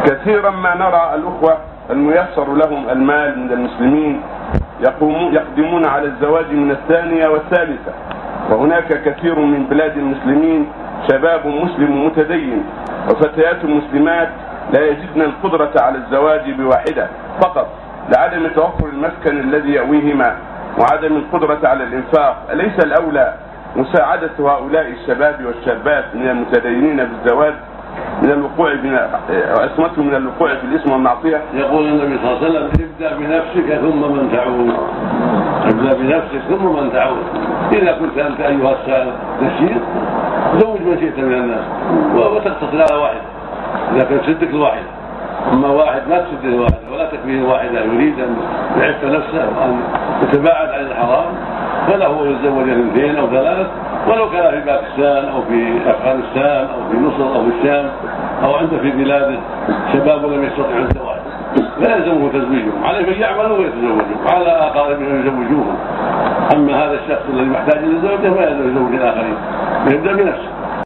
كثيرا ما نرى الأخوة الميسر لهم المال من المسلمين يقدمون على الزواج من الثانية والثالثة، وهناك كثير من بلاد المسلمين شباب مسلم متدين وفتيات مسلمات لا يجدن القدرة على الزواج بواحدة فقط لعدم توفر المسكن الذي يأويهما وعدم القدرة على الإنفاق. أليس الأولى مساعدة هؤلاء الشباب والشابات من المتدينين بالزواج من الوقوع عصمتهم من الوقوع في الإثم والمعصية؟ يقول النبي صلى الله عليه وسلم: ابدأ بنفسك ثم من تعود. ابدأ بنفسك ثم من تعود. إذا كنت أنت أيها السائل نشيط زوج من شئت من الناس وتقتصر على واحدة إذا كانت شدك الواحدة. أما واحد ما تشد الواحدة ولا تكفيه الواحدة يريد أن يعف نفسه وأن يتباعد عن الحرام فله يتزوج اثنتين أو ثلاث، ولو كان في باكستان أو في أفغانستان أو في مصر أو في الشام أو عنده في بلاده شباب لم يستطيعوا الزواج لا يلزمه تزويجهم، عليه أن يعملوا ويتزوجوا وعلى أقاربهم يزوجوهم. أما هذا الشخص الذي محتاج للزوجة فلا يزوج الآخرين، يبدأ بنفسه.